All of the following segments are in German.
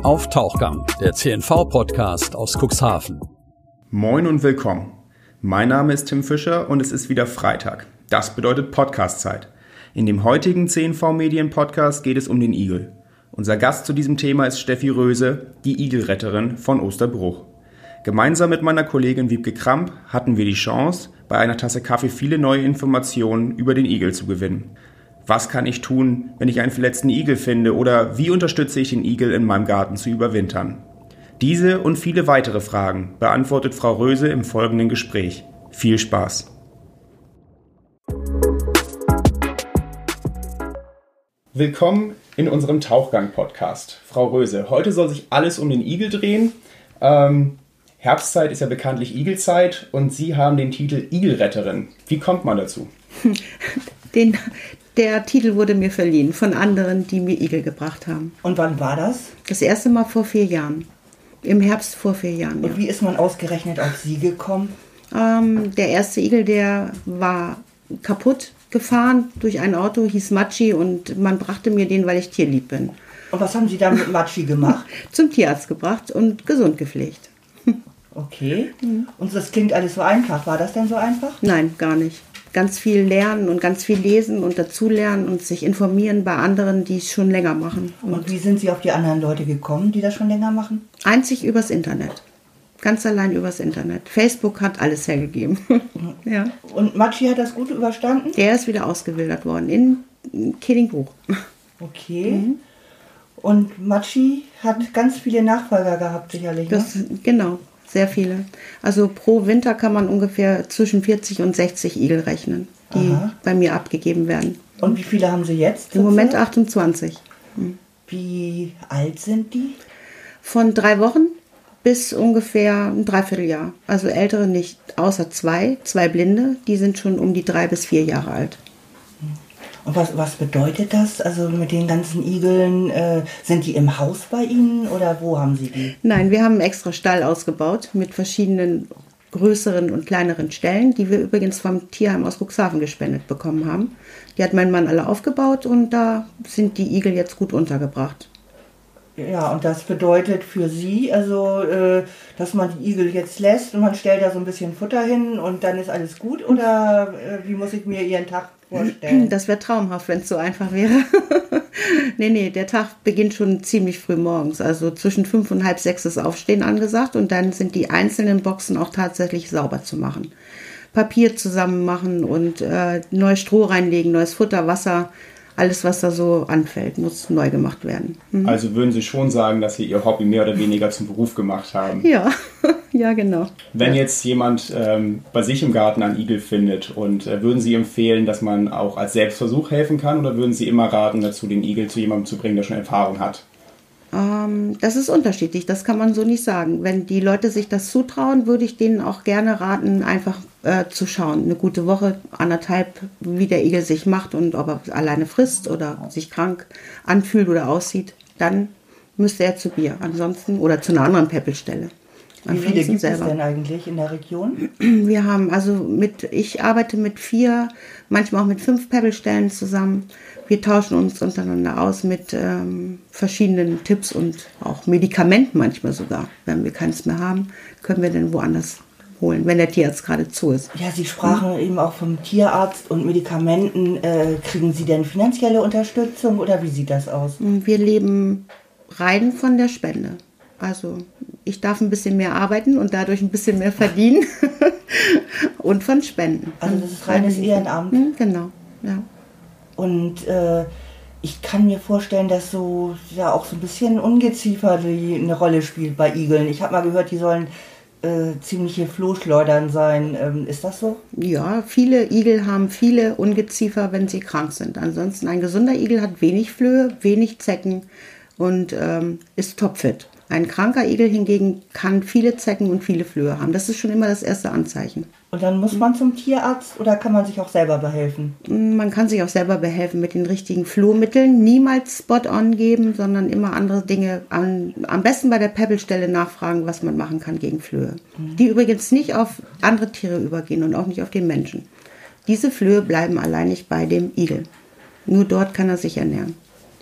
auf Tauchgang, der CNV-Podcast aus Cuxhaven. Moin und willkommen. Mein Name ist Tim Fischer und es ist wieder Freitag. Das bedeutet Podcast-Zeit. In dem heutigen CNV-Medien-Podcast geht es um den Igel. Unser Gast zu diesem Thema ist Steffi Röse, die Igelretterin von Osterbruch. Gemeinsam mit meiner Kollegin Wiebke Kramp hatten wir die Chance, bei einer Tasse Kaffee viele neue Informationen über den Igel zu gewinnen. Was kann ich tun, wenn ich einen verletzten Igel finde, oder wie unterstütze ich den Igel in meinem Garten zu überwintern? Diese und viele weitere Fragen beantwortet Frau Röse im folgenden Gespräch. Viel Spaß! Willkommen in unserem Tauchgang-Podcast. Frau Röse, heute soll sich alles um den Igel drehen. Herbstzeit ist ja bekanntlich Igelzeit und Sie haben den Titel Igelretterin. Wie kommt man dazu? Der Titel wurde mir verliehen von anderen, die mir Igel gebracht haben. Und wann war das? Das erste Mal vor 4 Jahren. Im Herbst vor 4 Jahren. Und wie ist man ausgerechnet auf Sie gekommen? Der erste Igel, der war kaputt gefahren durch ein Auto, hieß Matschi, und man brachte mir den, weil ich tierlieb bin. Und was haben Sie dann mit Matschi gemacht? Zum Tierarzt gebracht und gesund gepflegt. Okay. Und das klingt alles so einfach. War das denn so einfach? Nein, gar nicht. Ganz viel lernen und ganz viel lesen und dazulernen und sich informieren bei anderen, die es schon länger machen. Und wie sind Sie auf die anderen Leute gekommen, die das schon länger machen? Einzig übers Internet. Ganz allein übers Internet. Facebook hat alles hergegeben. Ja. Und Matschi hat das gut überstanden? Der ist wieder ausgewildert worden in Kedingbruch. Okay. Und Matschi hat ganz viele Nachfolger gehabt, sicherlich, ne? Genau. Sehr viele. Also pro Winter kann man ungefähr zwischen 40 und 60 Igel rechnen, die bei mir abgegeben werden. Und wie viele haben Sie jetzt? Im Moment 28. Wie alt sind die? Von 3 Wochen bis ungefähr ein Dreivierteljahr. Also ältere nicht, außer 2 Blinde, die sind schon um die 3 bis 4 Jahre alt. Und was bedeutet das? Also mit den ganzen Igeln, sind die im Haus bei Ihnen oder wo haben Sie die? Nein, wir haben einen extra Stall ausgebaut mit verschiedenen größeren und kleineren Ställen, die wir übrigens vom Tierheim aus Cuxhaven gespendet bekommen haben. Die hat mein Mann alle aufgebaut und da sind die Igel jetzt gut untergebracht. Ja, und das bedeutet für Sie, also, dass man die Igel jetzt lässt und man stellt da so ein bisschen Futter hin und dann ist alles gut? Oder wie muss ich mir Ihren Tag vorstellen? Das wäre traumhaft, wenn es so einfach wäre. Nee, der Tag beginnt schon ziemlich früh morgens. Also zwischen 5 und halb 6 ist Aufstehen angesagt und dann sind die einzelnen Boxen auch tatsächlich sauber zu machen. Papier zusammen machen und neues Stroh reinlegen, neues Futter, Wasser. Alles, was da so anfällt, muss neu gemacht werden. Also würden Sie schon sagen, dass Sie Ihr Hobby mehr oder weniger zum Beruf gemacht haben? Ja, ja, genau. Wenn jetzt jemand bei sich im Garten einen Igel findet, und würden Sie empfehlen, dass man auch als Selbstversuch helfen kann, oder würden Sie immer raten, dazu den Igel zu jemandem zu bringen, der schon Erfahrung hat? Das ist unterschiedlich, das kann man so nicht sagen. Wenn die Leute sich das zutrauen, würde ich denen auch gerne raten, einfach zu schauen. Eine gute Woche, 1,5, wie der Igel sich macht und ob er alleine frisst oder sich krank anfühlt oder aussieht. Dann müsste er zu Bier, ansonsten oder zu einer anderen Peppelstelle. Wie viele gibt es denn eigentlich in der Region? Wir haben ich arbeite mit 4, manchmal auch mit 5 Peppelstellen zusammen. Wir tauschen uns untereinander aus mit verschiedenen Tipps und auch Medikamenten manchmal sogar. Wenn wir keins mehr haben, können wir dann woanders holen, wenn der Tierarzt gerade zu ist. Ja, Sie sprachen eben auch vom Tierarzt und Medikamenten. Kriegen Sie denn finanzielle Unterstützung oder wie sieht das aus? Wir leben rein von der Spende. Also ich darf ein bisschen mehr arbeiten und dadurch ein bisschen mehr verdienen und von Spenden. Also das ist reines Ehrenamt? Genau, ja. Und ich kann mir vorstellen, dass so ja auch so ein bisschen Ungeziefer eine Rolle spielt bei Igeln. Ich habe mal gehört, die sollen ziemliche Flohschleudern sein. Ist das so? Ja, viele Igel haben viele Ungeziefer, wenn sie krank sind. Ansonsten ein gesunder Igel hat wenig Flöhe, wenig Zecken und ist topfit. Ein kranker Igel hingegen kann viele Zecken und viele Flöhe haben. Das ist schon immer das erste Anzeichen. Und dann muss man zum Tierarzt oder kann man sich auch selber behelfen? Man kann sich auch selber behelfen mit den richtigen Flohmitteln. Niemals Spot-on geben, sondern immer andere Dinge. Am besten bei der Peppelstelle nachfragen, was man machen kann gegen Flöhe. Die übrigens nicht auf andere Tiere übergehen und auch nicht auf den Menschen. Diese Flöhe bleiben alleinig bei dem Igel. Nur dort kann er sich ernähren.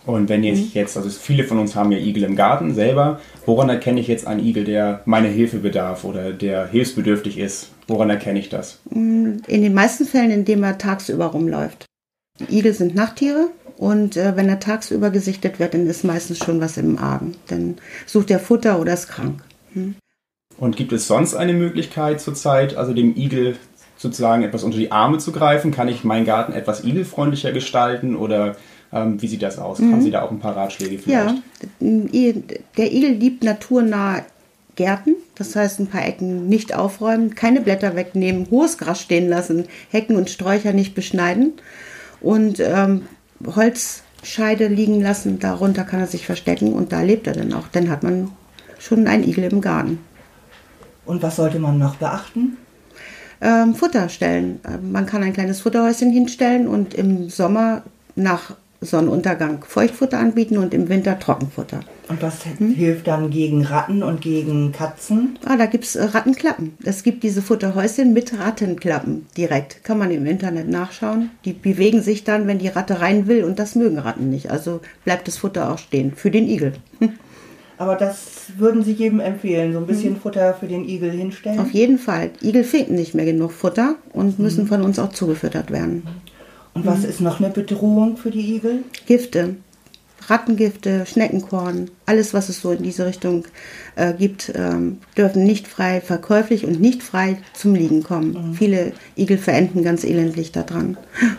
Und wenn jetzt, also viele von uns haben ja Igel im Garten selber, woran erkenne ich jetzt einen Igel, der meine Hilfe bedarf oder der hilfsbedürftig ist? Woran erkenne ich das? In den meisten Fällen, indem er tagsüber rumläuft. Die Igel sind Nachttiere und wenn er tagsüber gesichtet wird, dann ist meistens schon was im Argen. Dann sucht er Futter oder ist krank. Und gibt es sonst eine Möglichkeit zurzeit, also dem Igel sozusagen etwas unter die Arme zu greifen? Kann ich meinen Garten etwas igelfreundlicher gestalten oder wie sieht das aus? Haben Sie da auch ein paar Ratschläge vielleicht? Ja, der Igel liebt naturnahe Gärten, das heißt ein paar Ecken nicht aufräumen, keine Blätter wegnehmen, hohes Gras stehen lassen, Hecken und Sträucher nicht beschneiden und Holzscheide liegen lassen, darunter kann er sich verstecken und da lebt er dann auch. Dann hat man schon einen Igel im Garten. Und was sollte man noch beachten? Futter stellen. Man kann ein kleines Futterhäuschen hinstellen und im Sommer nach Sonnenuntergang Feuchtfutter anbieten und im Winter Trockenfutter. Und was hilft dann gegen Ratten und gegen Katzen? Da gibt es Rattenklappen. Es gibt diese Futterhäuschen mit Rattenklappen direkt. Kann man im Internet nachschauen. Die bewegen sich dann, wenn die Ratte rein will und das mögen Ratten nicht. Also bleibt das Futter auch stehen für den Igel. Aber das würden Sie jedem empfehlen, so ein bisschen Futter für den Igel hinstellen? Auf jeden Fall. Igel finden nicht mehr genug Futter und müssen von uns auch zugefüttert werden. Und was ist noch eine Bedrohung für die Igel? Gifte, Rattengifte, Schneckenkorn, alles was es so in diese Richtung gibt, dürfen nicht frei verkäuflich und nicht frei zum Liegen kommen. Viele Igel verenden ganz elendlich daran.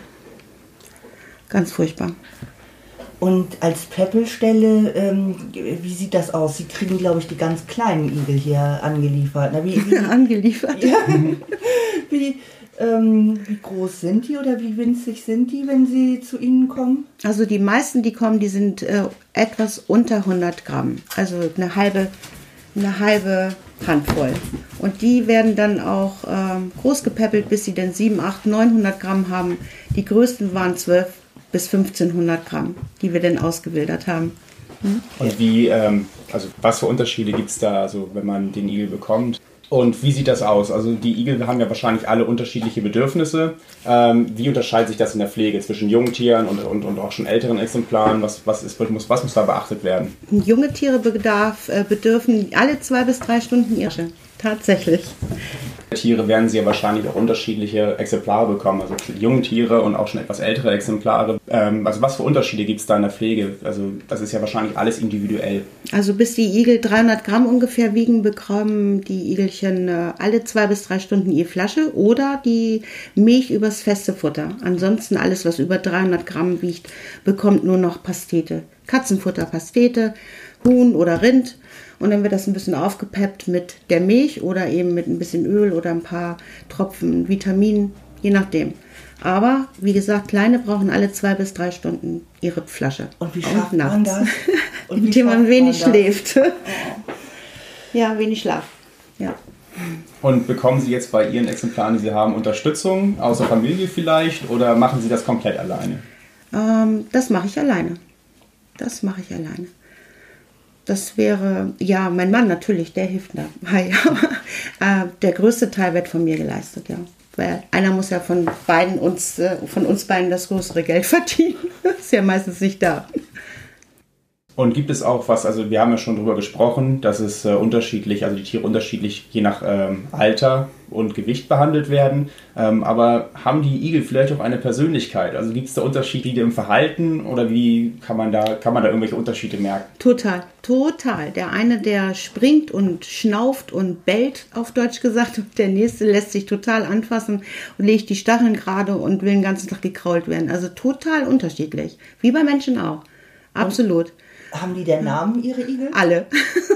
Ganz furchtbar. Und als Päppelstelle, wie sieht das aus? Sie kriegen, glaube ich, die ganz kleinen Igel hier angeliefert. Na, angeliefert? Ja. Wie groß sind die oder wie winzig sind die, wenn sie zu Ihnen kommen? Also die meisten, die kommen, die sind etwas unter 100 Gramm. Also eine halbe Handvoll. Und die werden dann auch groß gepäppelt, bis sie dann 700, 800, 900 Gramm haben. Die größten waren 12 bis 1500 Gramm, die wir dann ausgewildert haben. Und wie, also was für Unterschiede gibt es da, also wenn man den Igel bekommt? Und wie sieht das aus? Also die Igel haben ja wahrscheinlich alle unterschiedliche Bedürfnisse. Wie unterscheidet sich das in der Pflege zwischen jungen Tieren und auch schon älteren Exemplaren? Was muss da beachtet werden? Junge Tiere bedürfen alle 2 bis 3 Stunden Irsche. Tatsächlich. Tiere werden sie ja wahrscheinlich auch unterschiedliche Exemplare bekommen, also junge Tiere und auch schon etwas ältere Exemplare. Also was für Unterschiede gibt es da in der Pflege? Also das ist ja wahrscheinlich alles individuell. Also bis die Igel 300 Gramm ungefähr wiegen, bekommen die Igelchen alle 2 bis 3 Stunden ihre Flasche oder die Milch übers feste Futter. Ansonsten alles, was über 300 Gramm wiegt, bekommt nur noch Pastete. Katzenfutter, Pastete, Huhn oder Rind. Und dann wird das ein bisschen aufgepeppt mit der Milch oder eben mit ein bisschen Öl oder ein paar Tropfen Vitaminen, je nachdem. Aber wie gesagt, Kleine brauchen alle 2 bis 3 Stunden ihre Flasche. Und wie schafft man das? Indem man wenig schläft. Ja, wenig Schlaf. Ja. Und bekommen Sie jetzt bei Ihren Exemplaren, die Sie haben, Unterstützung aus der Familie vielleicht oder machen Sie das komplett alleine? Das mache ich alleine. Das wäre, ja, mein Mann natürlich, der hilft dabei. Der größte Teil wird von mir geleistet, ja. Weil einer muss ja von uns beiden das größere Geld verdienen. Ist ja meistens nicht da. Und gibt es auch was, also wir haben ja schon darüber gesprochen, dass es unterschiedlich, also die Tiere unterschiedlich je nach Alter und Gewicht behandelt werden. Aber haben die Igel vielleicht auch eine Persönlichkeit? Also gibt es da Unterschiede im Verhalten oder wie kann man da irgendwelche Unterschiede merken? Total. Der eine, der springt und schnauft und bellt, auf Deutsch gesagt, und der nächste lässt sich total anfassen und legt die Stacheln gerade und will den ganzen Tag gekrault werden. Also total unterschiedlich. Wie bei Menschen auch. Absolut. Haben die denn Namen, Ihre Igel? Alle.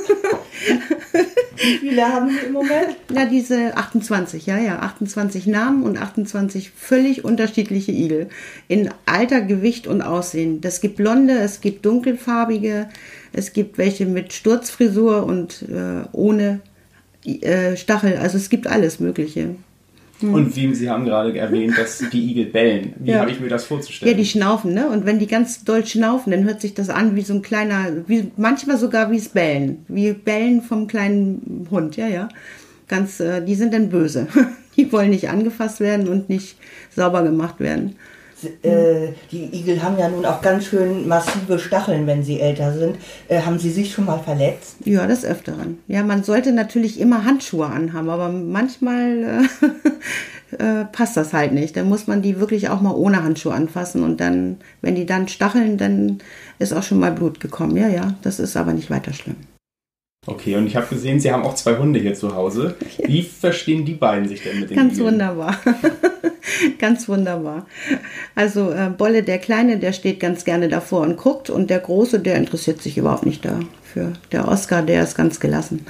Wie viele haben Sie im Moment? Ja, diese 28, 28 Namen und 28 völlig unterschiedliche Igel. In Alter, Gewicht und Aussehen. Es gibt blonde, es gibt dunkelfarbige, es gibt welche mit Sturzfrisur und ohne Stachel. Also es gibt alles Mögliche. Und wie Sie haben gerade erwähnt, dass die Igel bellen. Wie habe ich mir das vorzustellen? Ja, die schnaufen, ne? Und wenn die ganz doll schnaufen, dann hört sich das an wie so ein kleiner, manchmal sogar wie es Bellen. Wie Bellen vom kleinen Hund, ja. Die sind dann böse. Die wollen nicht angefasst werden und nicht sauber gemacht werden. Die Igel haben ja nun auch ganz schön massive Stacheln, wenn sie älter sind. Haben Sie sich schon mal verletzt? Ja, des Öfteren. Ja, man sollte natürlich immer Handschuhe anhaben, aber manchmal passt das halt nicht. Dann muss man die wirklich auch mal ohne Handschuhe anfassen und dann, wenn die dann stacheln, dann ist auch schon mal Blut gekommen. Ja, das ist aber nicht weiter schlimm. Okay, und ich habe gesehen, Sie haben auch 2 Hunde hier zu Hause. Wie verstehen die beiden sich denn mit den Ganz Igeln? wunderbar. Ganz wunderbar. Also Bolle, der Kleine, der steht ganz gerne davor und guckt und der Große, der interessiert sich überhaupt nicht dafür. Der Oscar, der ist ganz gelassen.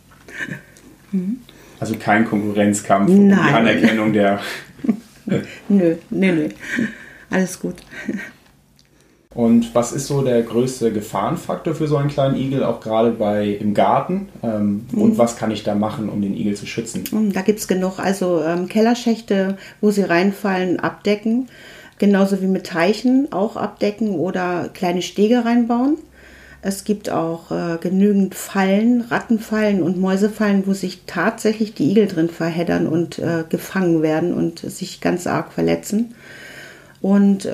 Also kein Konkurrenzkampf um die Anerkennung der... Nö. Alles gut. Und was ist so der größte Gefahrenfaktor für so einen kleinen Igel, auch gerade im Garten? Und was kann ich da machen, um den Igel zu schützen? Da gibt es genug. Also Kellerschächte, wo sie reinfallen, abdecken. Genauso wie mit Teichen auch abdecken oder kleine Stege reinbauen. Es gibt auch genügend Fallen, Rattenfallen und Mäusefallen, wo sich tatsächlich die Igel drin verheddern und gefangen werden und sich ganz arg verletzen. Und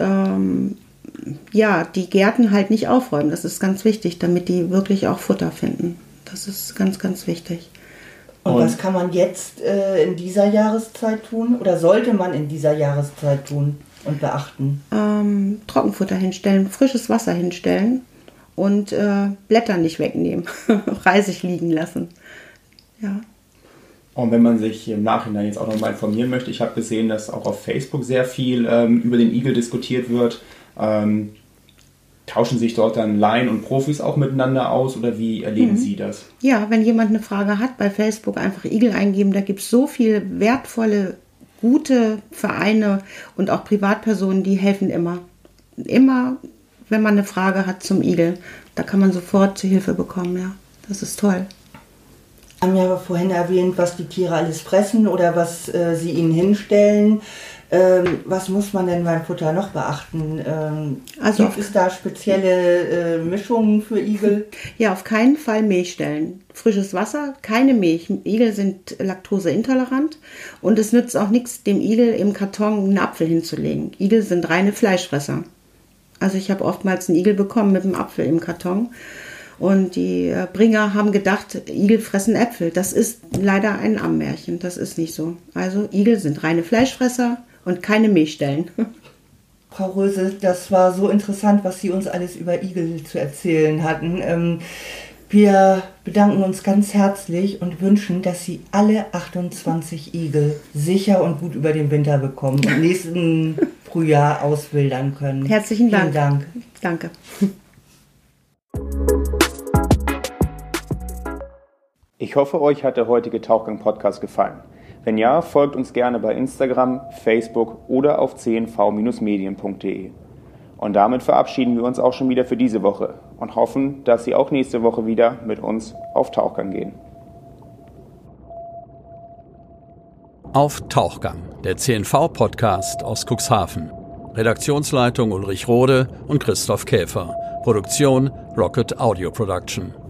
die Gärten halt nicht aufräumen. Das ist ganz wichtig, damit die wirklich auch Futter finden. Das ist ganz, ganz wichtig. Und was kann man jetzt in dieser Jahreszeit tun oder sollte man in dieser Jahreszeit tun und beachten? Trockenfutter hinstellen, frisches Wasser hinstellen und Blätter nicht wegnehmen, Reisig liegen lassen. Ja. Und wenn man sich im Nachhinein jetzt auch nochmal informieren möchte, ich habe gesehen, dass auch auf Facebook sehr viel über den Igel diskutiert wird. Tauschen sich dort dann Laien und Profis auch miteinander aus oder wie erleben Sie das? Ja, wenn jemand eine Frage hat, bei Facebook einfach Igel eingeben, da gibt es so viele wertvolle, gute Vereine und auch Privatpersonen, die helfen immer. Immer, wenn man eine Frage hat zum Igel, da kann man sofort Hilfe bekommen, ja. Das ist toll. Sie haben ja vorhin erwähnt, was die Tiere alles fressen oder was sie ihnen hinstellen. Was muss man denn beim Futter noch beachten? Gibt es da spezielle Mischungen für Igel? Ja, auf keinen Fall Milch stellen. Frisches Wasser, keine Milch. Igel sind laktoseintolerant und es nützt auch nichts, dem Igel im Karton einen Apfel hinzulegen. Igel sind reine Fleischfresser. Also ich habe oftmals einen Igel bekommen mit einem Apfel im Karton. Und die Bringer haben gedacht, Igel fressen Äpfel. Das ist leider ein Ammärchen. Das ist nicht so. Also Igel sind reine Fleischfresser und keine Milchstellen. Frau Röse, das war so interessant, was Sie uns alles über Igel zu erzählen hatten. Wir bedanken uns ganz herzlich und wünschen, dass Sie alle 28 Igel sicher und gut über den Winter bekommen und nächsten Frühjahr auswildern können. Herzlichen Dank. Vielen Dank. Danke. Ich hoffe, euch hat der heutige Tauchgang-Podcast gefallen. Wenn ja, folgt uns gerne bei Instagram, Facebook oder auf cnv-medien.de. Und damit verabschieden wir uns auch schon wieder für diese Woche und hoffen, dass Sie auch nächste Woche wieder mit uns auf Tauchgang gehen. Auf Tauchgang, der CNV-Podcast aus Cuxhaven. Redaktionsleitung Ulrich Rode und Christoph Käfer. Produktion Rocket Audio Production.